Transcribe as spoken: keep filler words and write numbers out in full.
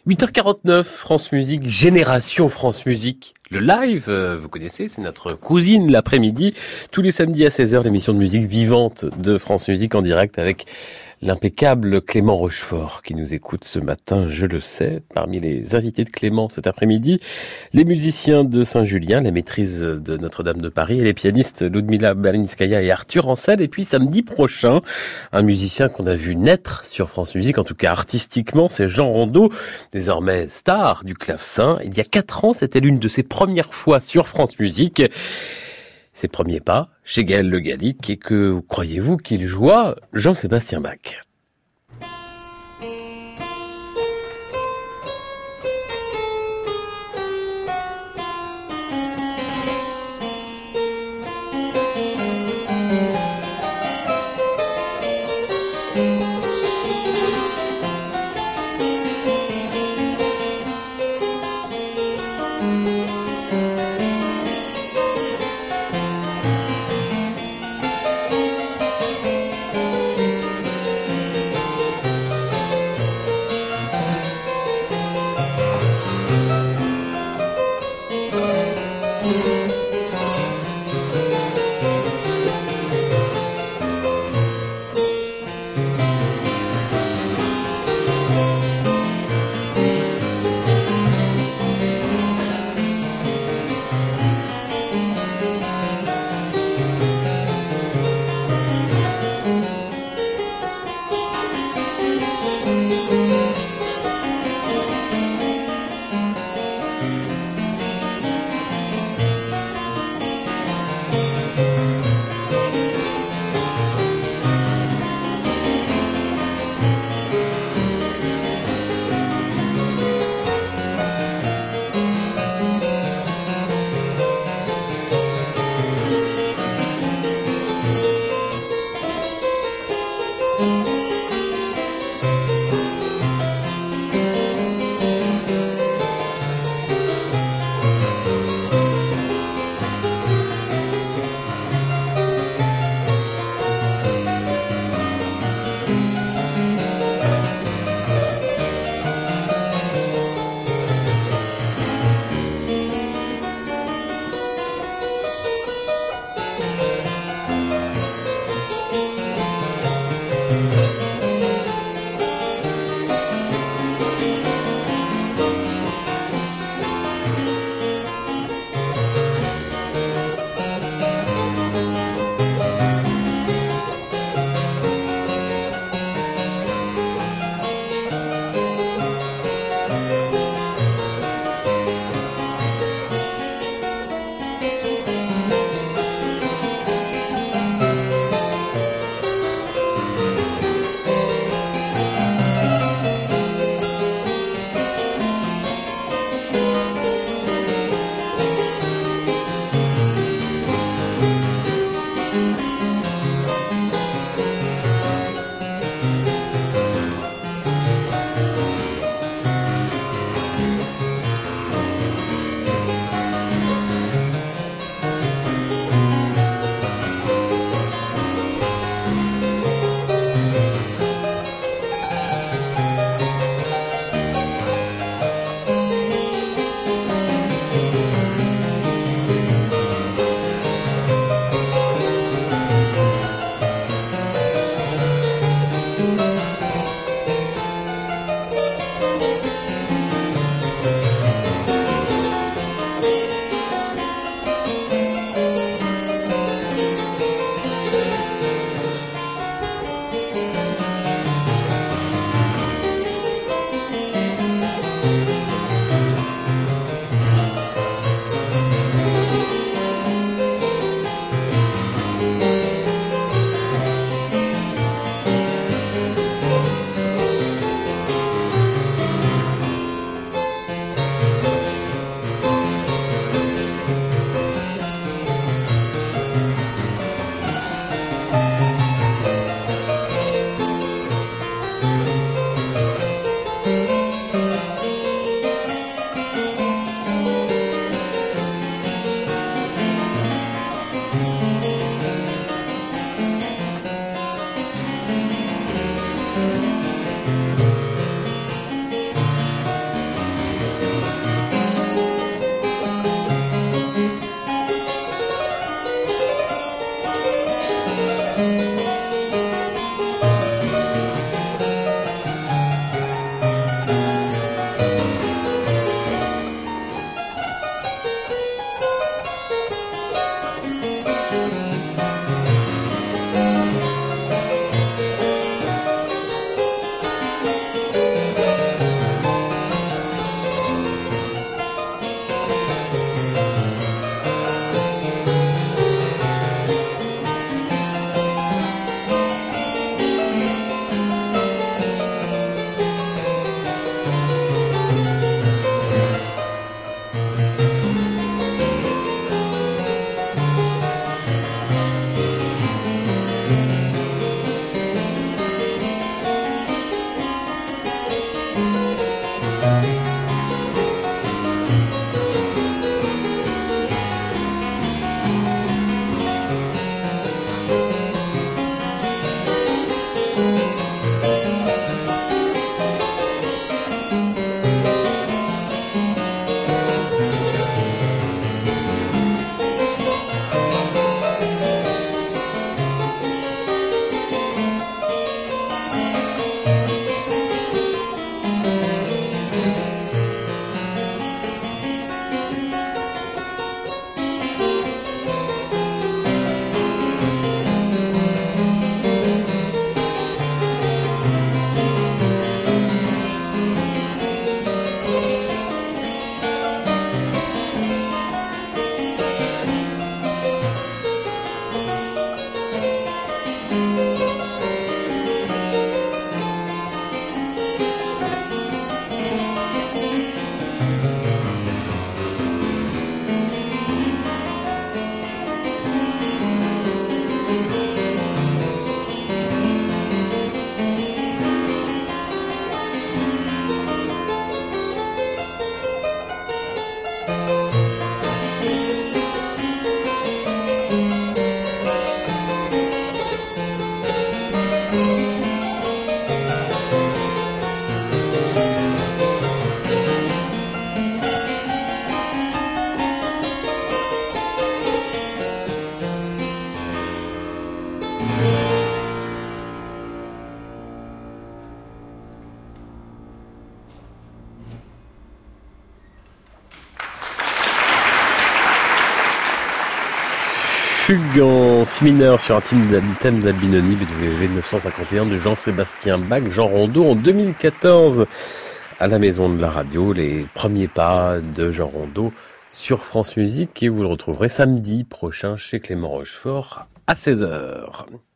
huit heures quarante-neuf, France Musique, Génération France Musique. Le live, euh, vous connaissez, c'est notre cousine l'après-midi. Tous les samedis à seize heures, l'émission de musique vivante de France Musique en direct avec l'impeccable Clément Rochefort qui nous écoute ce matin, je le sais. Parmi les invités de Clément cet après-midi, les musiciens de Saint-Julien, la maîtrise de Notre-Dame de Paris et les pianistes Ludmila Berlinskaya et Arthur Ancel. Et puis samedi prochain, un musicien qu'on a vu naître sur France Musique, en tout cas artistiquement, c'est Jean Rondeau, désormais star du clavecin. Il y a quatre ans, c'était l'une de ses premières fois sur France Musique. Ses premiers pas chez Gaël Le Gallic, et que croyez-vous qu'il joua Jean-Sébastien Bach. fugue en si mineur sur un thème d'Albinoni, B W V neuf cent cinquante et un de Jean-Sébastien Bach, Jean Rondeau en deux mille quatorze à la Maison de la Radio, les premiers pas de Jean Rondeau sur France Musique, et vous le retrouverez samedi prochain chez Clément Rochefort à seize heures.